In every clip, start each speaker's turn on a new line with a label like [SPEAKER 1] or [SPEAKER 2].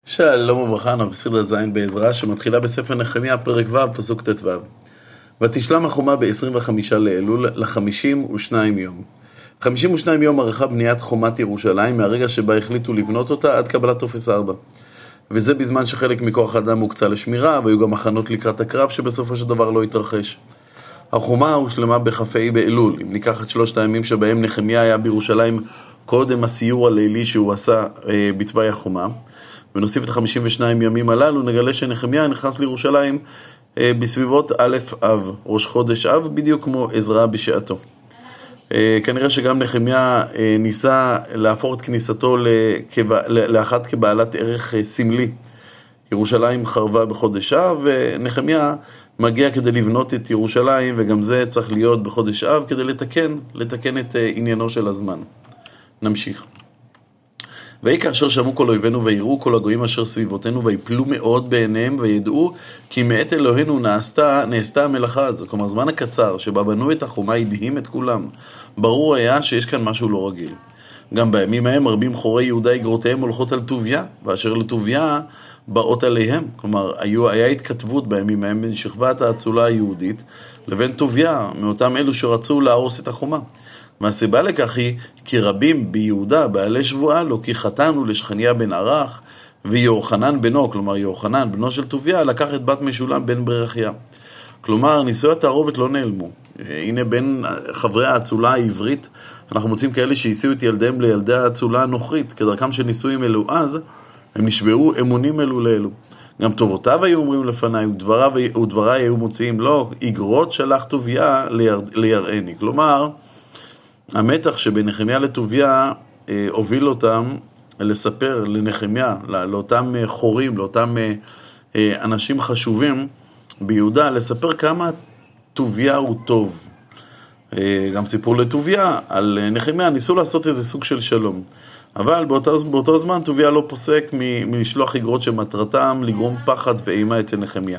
[SPEAKER 1] שלום וברכה, אנחנו בסדרת ז' בעזרא שמתחילה בספר נחמיה, פרק ו', פסוק ט"ו. ותשלם החומה ב-25 לאלול ל-52 יום. 52 יום ערכה בניית חומת ירושלים מהרגע שבה החליטו לבנות אותה עד קבלת טופס 4. וזה בזמן שחלק מכוח האדם הוקצה לשמירה, והיו גם הכנות לקראת הקרב שבסופו של דבר לא התרחש. החומה הושלמה בכ"ה באלול. אם ניקח את 3 הימים שבהם נחמיה היה בירושלים קודם הסיור הלילי שהוא עשה בתוואי החומה, ונוסיף את 52 ימים הללו, נגלה שנחמיה נכנס לירושלים בסביבות א' אב, ראש חודש אב, בדיוק כמו עזרא בשעתו. כנראה שגם נחמיה ניסה להפוך את כניסתו לאחת כבעלת ערך סמלי. ירושלים חרבה בחודש אב, ונחמיה מגיע כדי לבנות את ירושלים, וגם זה צריך להיות בחודש אב כדי לתקן את עניינו של הזמן. נמשיך. ויהי כאשר שמעו כל אויבינו ויראו כל הגויים אשר סביבותינו ויפלו מאוד בעיניהם וידעו כי מאת אלוהינו נעשתה המלאכה הזו. כלומר, זמן הקצר שבה בנו את החומה הדהים את כולם. ברור היה שיש כאן משהו לא רגיל. גם בימים ההם רבים חורי יהודה אגרותיהם הולכות על טוביה, ואשר לטוביה באות עליהם. כלומר, היה התכתבות בימים ההם בין שכבת האצולה היהודית לבין טוביה, מאותם אלו שרצו להרוס את החומה. והסיבה לכך היא כי רבים ביהודה בעלי שבועה לו כי חתנו לשכניה בן ערך ויוחנן בנו, כלומר יוחנן בנו של טוביה לקח את בת משולם בן ברכיה. כלומר נישואי התערובת לא נעלמו. הנה בין חברי האצולה העברית אנחנו מוצאים כאלה שהסיעו את ילדיהם לילדי האצולה הנוכרית, כדרכם של נישואים אלו אז הם נשבעו אמונים אלו לאלו. גם טובותיו היו אומרים לפניי ודבריי היו מוציאים לו, אגרות שלח טוביה ליראני. כלומר המתח שבין נחמיה לטוביה הוביל אותם לספר לנחמיה, לאותם חורים, לאותם אנשים חשובים ביהודה, לספר כמה טוביה הוא טוב. גם סיפור לטוביה על נחמיה, ניסו לעשות איזה סוג של שלום. אבל באותו זמן טוביה לא פוסק מלשלוח אגרות שמטרתם לגרום פחד ואימה אצל נחמיה.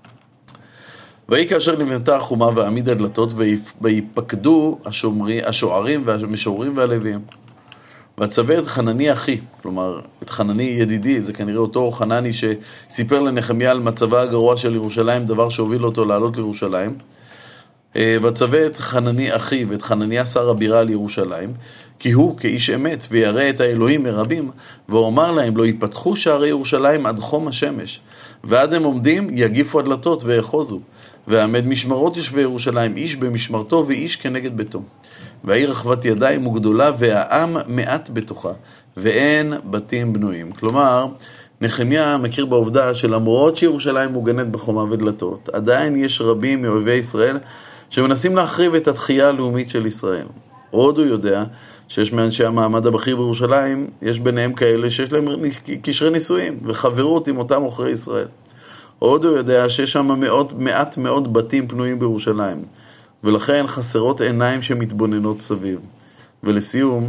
[SPEAKER 1] ויהי כאשר נבנתה החומה והעמיד הדלתות ויפקדו השוערים והמשוררים והלוויים. והצווה את חנני אחי, כלומר את חנני ידידי, זה כנראה אותו חנני שסיפר לנחמיה על מצבה הגרוע של ירושלים, דבר שהוביל אותו לעלות לירושלים. והצווה את חנני אחי ואת חנניה שר הבירה על ירושלים, כי הוא כאיש אמת וירא את האלוהים מרבים, ואומר להם לא ייפתחו שערי ירושלים עד חום השמש, ועד הם עומדים יגיפו הדלתות ויחוזו. ועמד משמרות יושבי ירושלים, איש במשמרתו ואיש כנגד ביתו. והעיר רחבת ידיים וגדולה והעם מעט בתוכה, ואין בתים בנויים. כלומר, נחמיה מכיר בעובדה שלמרות שירושלים מוגנת בחומה ודלתות, עדיין יש רבים מאויבי ישראל שמנסים להחריב את התחייה הלאומית של ישראל. עוד הוא יודע שיש מאנשי המעמד הבכיר בירושלים, יש ביניהם כאלה שיש להם קשרי נישואים וחברות עם אותם עוכרי ישראל. עוד הוא יודע שיש שם מעט מאוד בתים פנויים בירושלים, ולכן חסרות עיניים שמתבוננות סביב. ולסיום,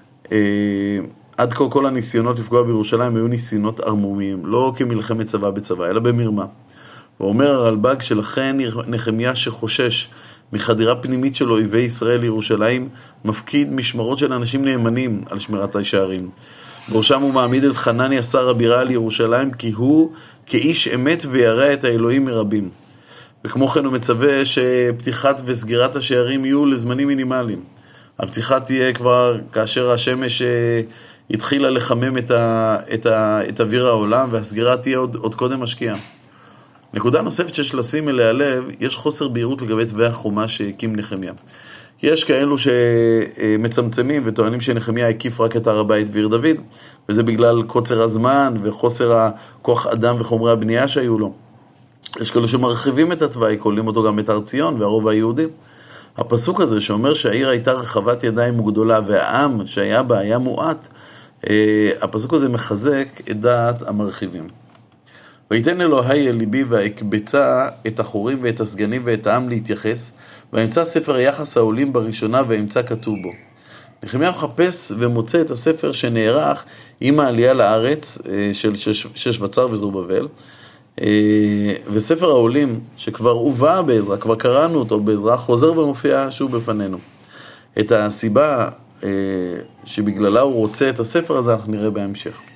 [SPEAKER 1] עד כה כל הניסיונות לפגוע בירושלים היו ניסיונות ערמומיים, לא כמלחמת צבא בצבא, אלא במרמה. ואומר הרלב"ג שלכן נחמיה שחושש מחדירה פנימית של אויבי ישראל לירושלים, מפקיד משמרות של אנשים נאמנים על שמירת השערים. בראשם הוא מעמיד את חנניה שר הבירה על ירושלים, כי הוא כאיש אמת וירא את האלוהים מרבים. וכמו כן הוא מצווה שפתיחת וסגירת השערים יהיו לזמנים מינימליים. הפתיחה תהיה כבר כאשר השמש התחילה לחמם את אוויר העולם, והסגירה תהיה עוד קודם השקיעה. נקודה נוספת שיש לשים אליה לב, יש חוסר בהירות לגבי תוואי החומה שהקים נחמיה. יש כאלו שמצמצמים וטוענים שנחמיה הקיף רק את הר הבית ועיר דוד, וזה בגלל קוצר הזמן וחוסר הכוח אדם וחומרי הבנייה שהיו לו. יש כאלו שמרחיבים את התוואי, כוללים אותו גם את הר ציון והרוב היהודי. הפסוק הזה שאומר שהעיר הייתה רחבת ידיים וגדולה והעם שהיה בה היה מועט, הפסוק הזה מחזק את דעת המרחיבים. ויתן אלוהי אל ליבי והקבצה את החורים ואת הסגנים ואת העם להתייחס, ואמצא ספר היחס העולים בראשונה ואמצא כתוב בו. נחמיה מחפש ומוצא את הספר שנערך עם העלייה לארץ של ששבצר וזרובבל, וספר העולים שכבר הובא בעזרא, כבר קראנו אותו בעזרא, חוזר ומופיע שוב בפנינו. את הסיבה שבגללה הוא רוצה את הספר הזה אנחנו נראה בהמשך.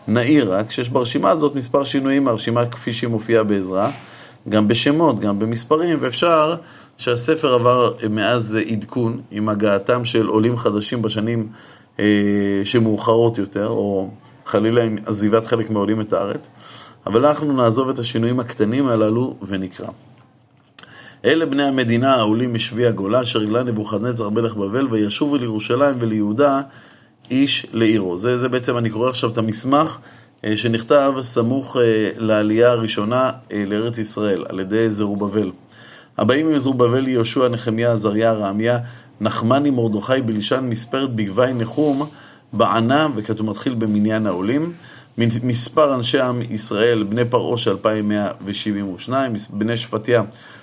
[SPEAKER 1] נעיר רק שיש ברשימה הזאת מספר שינויים מהרשימה כפי שהיא מופיעה בעזרה, גם בשמות, גם במספרים, ואפשר שהספר עבר מאז עדכון עם הגעתם של עולים חדשים בשנים שמאוחרות יותר, או חלילה עם עזיבת חלק מהעולים את הארץ. אבל אנחנו נעזוב את השינויים הקטנים הללו ונקרא. אלה בני המדינה העולים משבי הגולה, אשר הגלה נבוכדנצר מלך בבל, וישובו לירושלים וליהודה איש לעירו. זה בעצם, אני קורא עכשיו את המסמך שנכתב סמוך לעלייה הראשונה לארץ ישראל, על ידי זרובבל. הבאים עם זרובבל, יהושע, נחמיה, עזריה, רעמיה, נחמני, מרדכי, בלשן, מספרת, בגבי, נחום, בענה, וכתוב מתחיל במניין העולים. מספר אנשי עם ישראל, בני פרעה 2172, בני שפטיה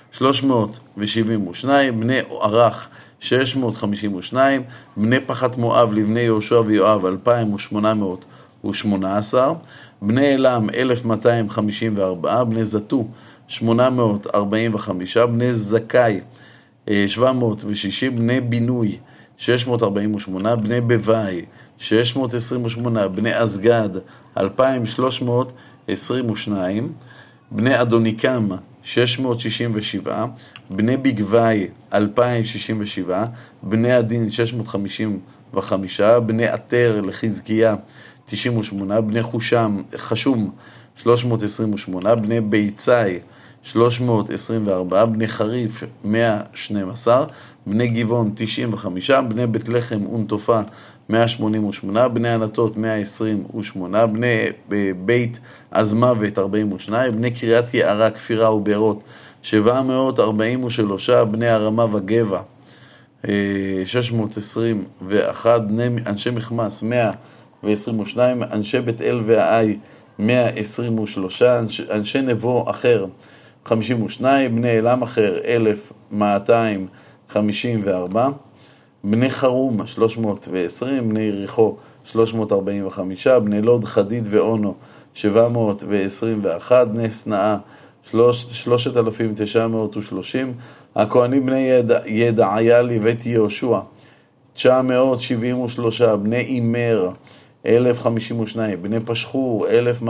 [SPEAKER 1] 372, בני ערך 652, בני פחת מואב לבני יהושע ויואב 2818, בני אלם 1254, בני זתו 845, בני זכאי 760, בני בינוי 648, בני בוואי 628, בני אסגד 2322, בני אדוניקם 667, בני בגבי 2067, בני הדין 655, בני עטר לחזקיה 98, בני חשום 328, בני ביצאי 324, בני חריף 112, בני גבעון 95, בני בית לחם ונטופה 188, בני ענתות 128, בני בית עזמוות 42, בני קריית יערה, כפירה ובארות 743, בני הרמה וגבע 621, בני אנשי מחמס 122, אנשי בית אל והאי 123, אנשי נבו אחר 52, בני אלם אחר 1254, בני חרום 320, בני יריחו 345, בני לוד, חדיד ואונו 721, בני סנאה 3930, הכהנים בני ידעיה לבית יהושע 973, בני אימר 1052, בני פשחור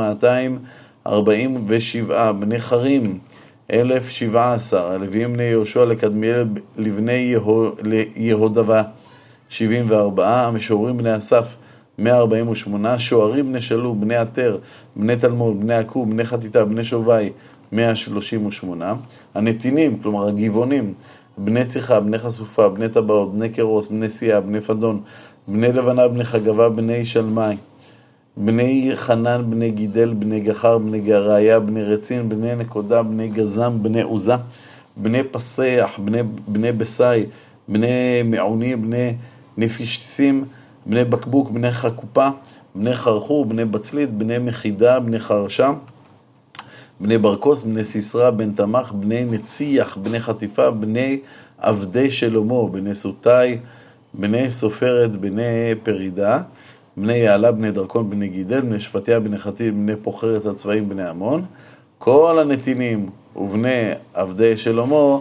[SPEAKER 1] 1247, בני חרים 1017, הלוויים בני יהושע לקדמיאל לבני יהודבה 74, המשוררים בני אסף 148, שוערים בני שלום, בני עטר, בני תלמוד, בני עקוב, בני חתיתה, בני שווי 138, הנתינים, כלומר הגבעונים, בני ציחה, בני חשופה, בני טבעות, בני קרוס, בני סייה, בני פדון, בני לבנה, בני חגבה, בני שלמי, בני חנן, בני גידל, בני גחר, בני גרעיה, בני רצין, בני נקודה, בני גזם, בני עוזה, בני פסח, בני בסי, בני מעוני, בני נפישסים, בני בקבוק, בני חקופה, בני חרחור, בני בצלית, בני מחידה, בני חרשה, בני ברקוס, בני סיסרה, בן תמך, בני נציח, בני חטיפה, בני עבדי שלמה, בני סוטאי, בני סופרת, בני פרידה, בני יעלה, בני דרכון, בני גידל, בני שפטיה, בני חטיל, בני פוחרת הצבעים, בני המון, כל הנתינים ובני עבדי שלמה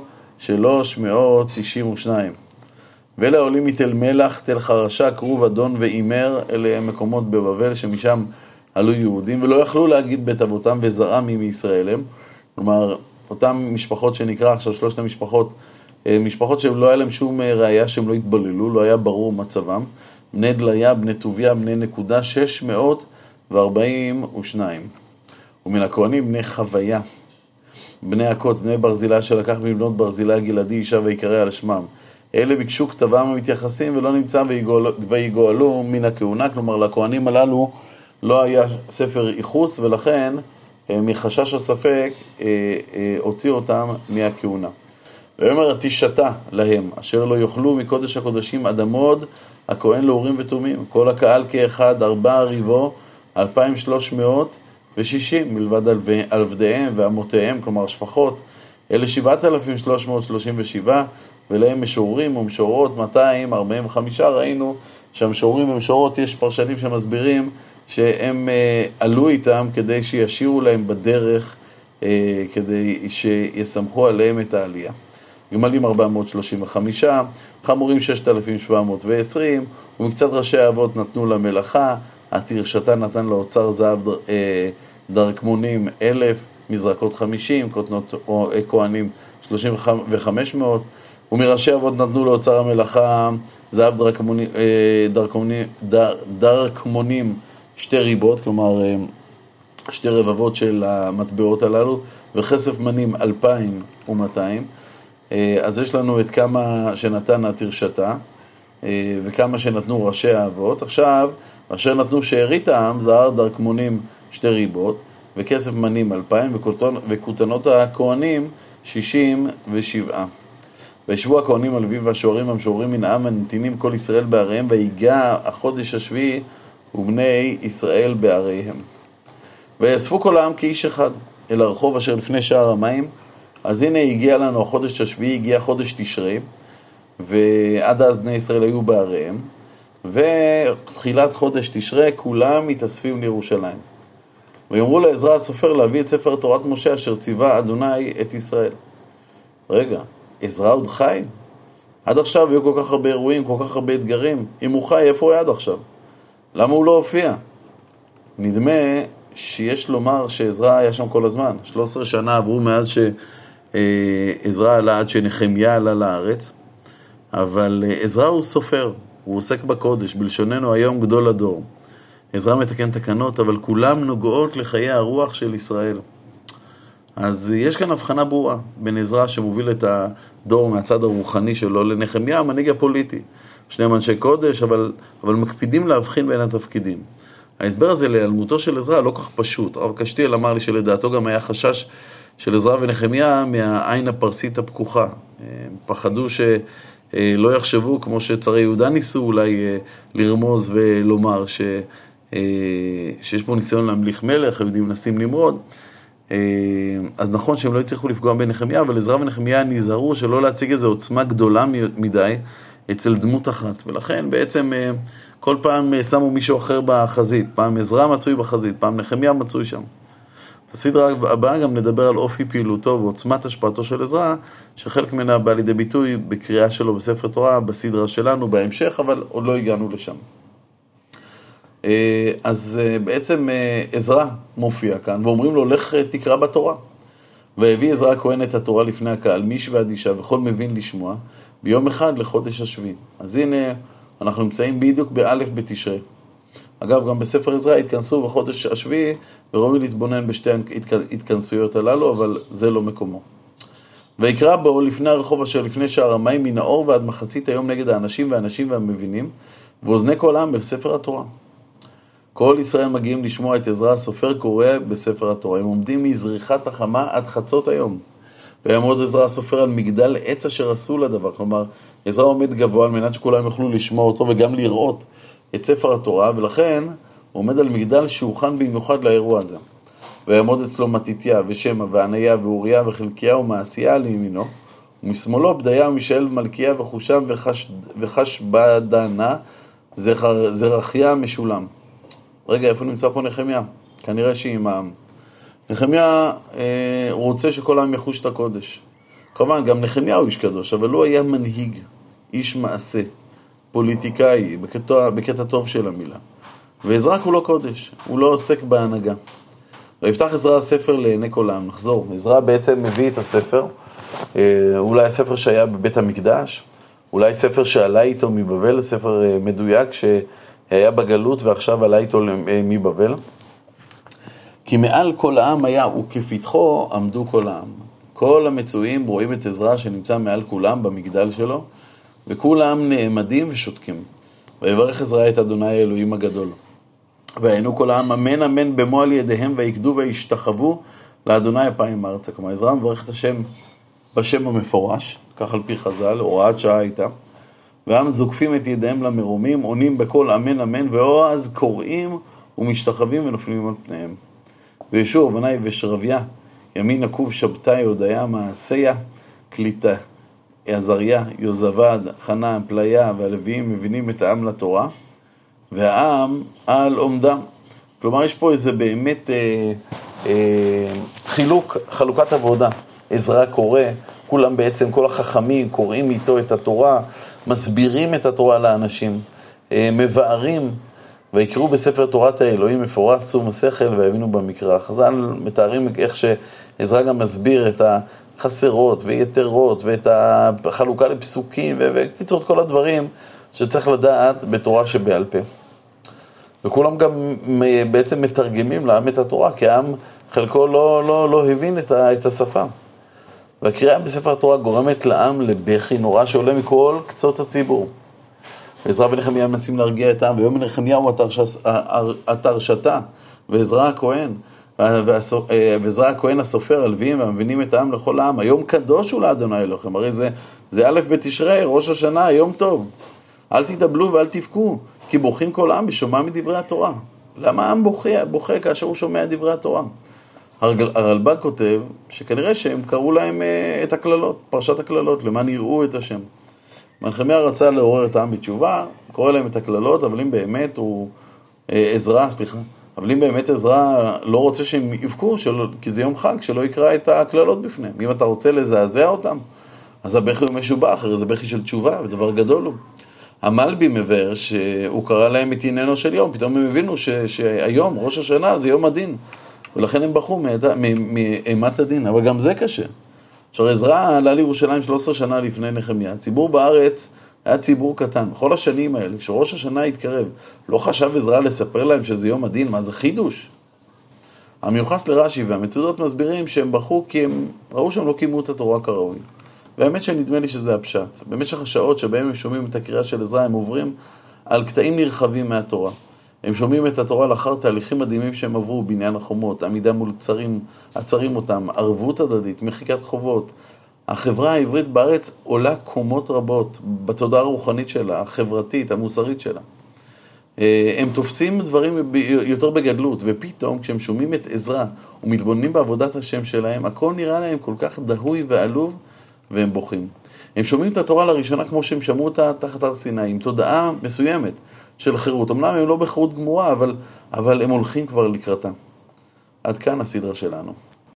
[SPEAKER 1] 392. ואלה העולים מתל מלח, תל חרשה, קרוב, אדון ואימר, אלה מקומות בבבל שמשם עלו יהודים, ולא יכלו להגיד בית אבותם וזרעם מישראל הם. כלומר, אותם משפחות שנקרא עכשיו, שלושת המשפחות, משפחות שהם לא היה להם שום ראייה שהם לא התבוללו, לא היה ברור מצבם. בני דליה, בני טוביה, בני נקודה, 642. ומן הכהנים בני חוויה, בני עקות, בני ברזילה שלקח מבנות ברזילה גלעדי אישה ויקרא על שמם. אלה ביקשו כתבם המתייחסים ולא נמצא ויגואלו מן הכהונה, כלומר לכהנים הללו לא היה ספר ייחוס, ולכן מחשש הספק הוציאו אותם מהכהונה. ואומר תשתה להם, אשר לא יאכלו מקודש הקודשים אדמוד, הכהן לאורים ותומים, כל הקהל כאחד, 4 ריבו, 2360, מלבד עבדיהם ואמותיהם, כלומר שפחות, אלה 7337, ולהם משוררים ומשוררות 245, ראינו שהמשוררים ומשוררות יש פרשנים שמסבירים שהם עלו איתם כדי שישירו להם בדרך, כדי שיסמכו עליהם את העלייה. גמלים 435, חמורים 6720, ומקצת ראשי האבות נתנו למלאכה, התרשתה נתן לאוצר זהב דרקמונים 1,000, מזרקות 50, כותנות כהנים 3500, ומראשי אבות נתנו לאוצר המלאכה זהב דרקמונים 2 ריבות, כלומר 2 רבבות של המטבעות הללו, וכסף מנים 2,200. אז יש לנו את כמה שנתן התרשתה, וכמה שנתנו ראשי האבות. עכשיו, אשר נתנו שארית העם, זהב דרקמונים 2 ריבות, וכסף מנים 2,000, וכותנות הכהנים 67. וישבו הכהנים הלווים והשוערים המשוררים מן העם הנתינים כל ישראל בעריהם, ויגע החודש השביעי ובני ישראל בעריהם. ויאספו כל העם כאיש אחד אל הרחוב אשר לפני שער המים. אז הנה הגיע לנו החודש השביעי, הגיע חודש תשרי, ועד אז בני ישראל היו בעריהם, ותחילת חודש תשרי כולם מתאספים לירושלים. ויאמרו לעזרא הסופר להביא את ספר תורת משה אשר ציווה אדוני את ישראל. רגע, עזרא עוד חי? עד עכשיו היו כל כך הרבה אירועים, כל כך הרבה אתגרים. אם הוא חי, איפה הוא היה עד עכשיו? למה הוא לא הופיע? נדמה שיש לומר שעזרא היה שם כל הזמן. 13 שנה עברו מאז שעזרא עלה עד שנחמיה עלה לארץ. אבל עזרא הוא סופר, הוא עוסק בקודש, בלשוננו היום גדול הדור. עזרא מתקן תקנות, אבל כולם נוגעות לחיי הרוח של ישראל. אז יש כאן הבחנה ברורה בין עזרא שמוביל את הדור מהצד הרוחני שלו לנחמיה, המנהיג הפוליטי. שניהם אנשי קודש, אבל מקפידים להבחין בין התפקידים. ההסבר הזה להיעלמותו של עזרא לא כך פשוט. הרב קשתיאל אמר לי שלדעתו גם היה חשש של עזרא ונחמיה מהעין הפרסית הפקוחה. הם פחדו שלא יחשבו, כמו שצרי יהודה ניסו אולי לרמוז ולומר שיש פה ניסיון להמליך מלך, היהודים מנסים למרוד. אז נכון שהם לא הצליחו לפגוע בנחמיה, אבל עזרא ונחמיה נזהרו שלא להציג איזו עוצמה גדולה מדי אצל דמות אחת. ולכן בעצם כל פעם שמו מישהו אחר בחזית. פעם עזרא מצוי בחזית, פעם נחמיה מצוי שם. בסדרה הבאה גם נדבר על אופי פעילותו ועוצמת השפעתו של עזרא, שחלק ממנה בא לידי ביטוי בקריאה שלו בספר תורה, בסדרה שלנו בהמשך, אבל עוד לא הגענו לשם. אז בעצם עזרא מופיע כאן, ואומרים לו, לך תקרא בתורה. והביא עזרא הכהן את התורה לפני הקהל, איש ועד אישה, וכל מבין לשמוע, ביום אחד לחודש השביעי. אז הנה, אנחנו נמצאים בדיוק באלף בתשרי. אגב, גם בספר עזרא התכנסו בחודש השביעי, וראוי להתבונן בשתי התכנסויות הללו, אבל זה לא מקומו. ויקרא בו לפני הרחוב אשר לפני שער המים, מן האור ועד מחצית היום נגד האנשים והאנשים והמבינים, ואוזני כל העם בספר התורה. כל ישראל מגיעים לשמוע את עזרא הסופר קורא בספר התורה. הם עומדים מזריחת החמה עד חצות היום. ויעמוד עזרא הסופר על מגדל עץ אשר עשו לדבר. כלומר, עזרא עומד גבוה על מנת שכולם יוכלו לשמוע אותו וגם לראות את ספר התורה, ולכן הוא עומד על מגדל שהוכן במיוחד לאירוע הזה. ויעמוד אצלו מתתיה ושמע ועניה ואוריה וחלקיה ומעשיה לימינו, ומשמאלו בדיה ומישאל מלכיה וחושם וחשבדנה זרחיה משולם. רגע, איפה נמצא פה נחמיה? כנראה שהיא עם העם. נחמיה רוצה שכל העם יחוש את הקודש. כמובן, גם נחמיה הוא איש קדוש, אבל הוא היה מנהיג, איש מעשה, פוליטיקאי, בקטע טוב של המילה. ועזרא כולו קודש, הוא לא עוסק בהנהגה. ויפתח עזרא הספר לעיני כל העם. נחזור, עזרא בעצם מביא את הספר, אולי הספר שהיה בבית המקדש, אולי ספר שעלה איתו מבבל, ספר מדויק שהיה בגלות ועכשיו עלה איתו מבבל. כי מעל כל העם היה, וכפתחו עמדו כל העם. כל המצויים רואים את עזרא שנמצא מעל כולם במגדל שלו, וכולם נעמדים ושותקים. ויברך עזרא את אדוני האלוהים הגדול. והיינו כל העם אמן אמן במו על ידיהם, ויקדו וישתחוו לאדוני אפיים ארצה. כלומר, עזרא מברך את השם בשם המפורש, כך על פי חז"ל, הוראת שעה הייתה. והעם זוקפים את ידיהם למרומים, עונים בקול אמן אמן, ואז קוראים ומשתחווים ונופלים על פניהם. וישוע בני ושרביה, ימין עקוב שבתאי הודיה מעשיה, קליטה, עזריה, יוזבד, חנה, פליה והלוויים מבינים את העם לתורה, והעם על עומדם. כלומר, יש פה איזה באמת חלוקת עבודה. עזרא קורא, כולם בעצם, כל החכמים קוראים איתו את התורה, מסבירים את התורה לאנשים, מבארים ויקראו בספר תורת האלוהים מפורש שום השכל והבינו במקרא. חז"ל מתארים איך שעזרא גם מסביר את החסרות ויתרות ואת החלוקה לפסוקים וקיצור את כל הדברים שצריך לדעת בתורה שבעל פה. וכולם גם בעצם מתרגמים לעם את התורה, כי העם חלקו לא הבין את השפה. והקריאה בספר התורה גורמת לעם לבכי נורא שעולה מכל קצות הציבור. ועזרא ונחמיה מנסים להרגיע את העם, ויום נחמיהו התרשתה, ועזרא הכהן, ועזרא הכהן הסופר, הלוויים והמבינים את העם לכל העם. היום קדוש הוא לאדוני אלוהיכם, הרי זה א' בתשרי, ראש השנה, יום טוב. אל תתאבלו ואל תבכו, כי בוכים כל העם בשומע מדברי התורה. למה העם בוכה כאשר הוא שומע דברי התורה? הרלב"ג כותב שכנראה שהם קראו להם את הכללות, פרשת הכללות, למען יראו את השם. נחמיה רצה לעורר את העם בתשובה, קורא להם את הכללות, אבל אם באמת עזרא לא רוצה שהם יבכו, כי זה יום חג, שלא יקרא את הכללות בפניהם. אם אתה רוצה לזעזע אותם, אז הבכי הוא משובח, הרי זה בכי של תשובה, ודבר גדול הוא. המלבי מבאר שהוא קרא להם את עניינו של יום, פתאום הם הבינו שהיום, ראש השנה, זה יום הדין, ולכן הם בכו מאימת הדין, אבל גם זה קשה. עכשיו עזרא עלה לירושלים 13 שנה לפני נחמיה. הציבור בארץ היה ציבור קטן. בכל השנים האלה, כשראש השנה התקרב, לא חשב עזרא לספר להם שזה יום הדין, מה זה חידוש? המיוחס לרש"י והמצודות מסבירים שהם בכו כי הם ראו שהם לא קיימו את התורה כראוי. והאמת שנדמה לי שזה הפשט. במשך השעות שבהם הם שומעים את הקריאה של עזרא, הם עוברים על קטעים נרחבים מהתורה. הם שומעים את התורה לאחר תהליכים מדהימים שהם עברו, בניין החומות, עמידה מול עצרים אותם, ערבות הדדית, מחיקת חובות. החברה העברית בארץ עולה קומות רבות בתודעה הרוחנית שלה, החברתית, המוסרית שלה. הם תופסים דברים יותר בגדלות, ופתאום כשהם שומעים את עזרא ומתבוננים בעבודת השם שלהם, הכל נראה להם כל כך דהוי ועלוב, והם בוכים. הם שומעים את התורה לראשונה כמו שהם שמעו אותה תחת הר סיני, עם תודעה מסוימת של חירות. אמנם הם לא בחירות גמורה, אבל הם הולכים כבר לקראתה. עד כאן הסדרה שלנו.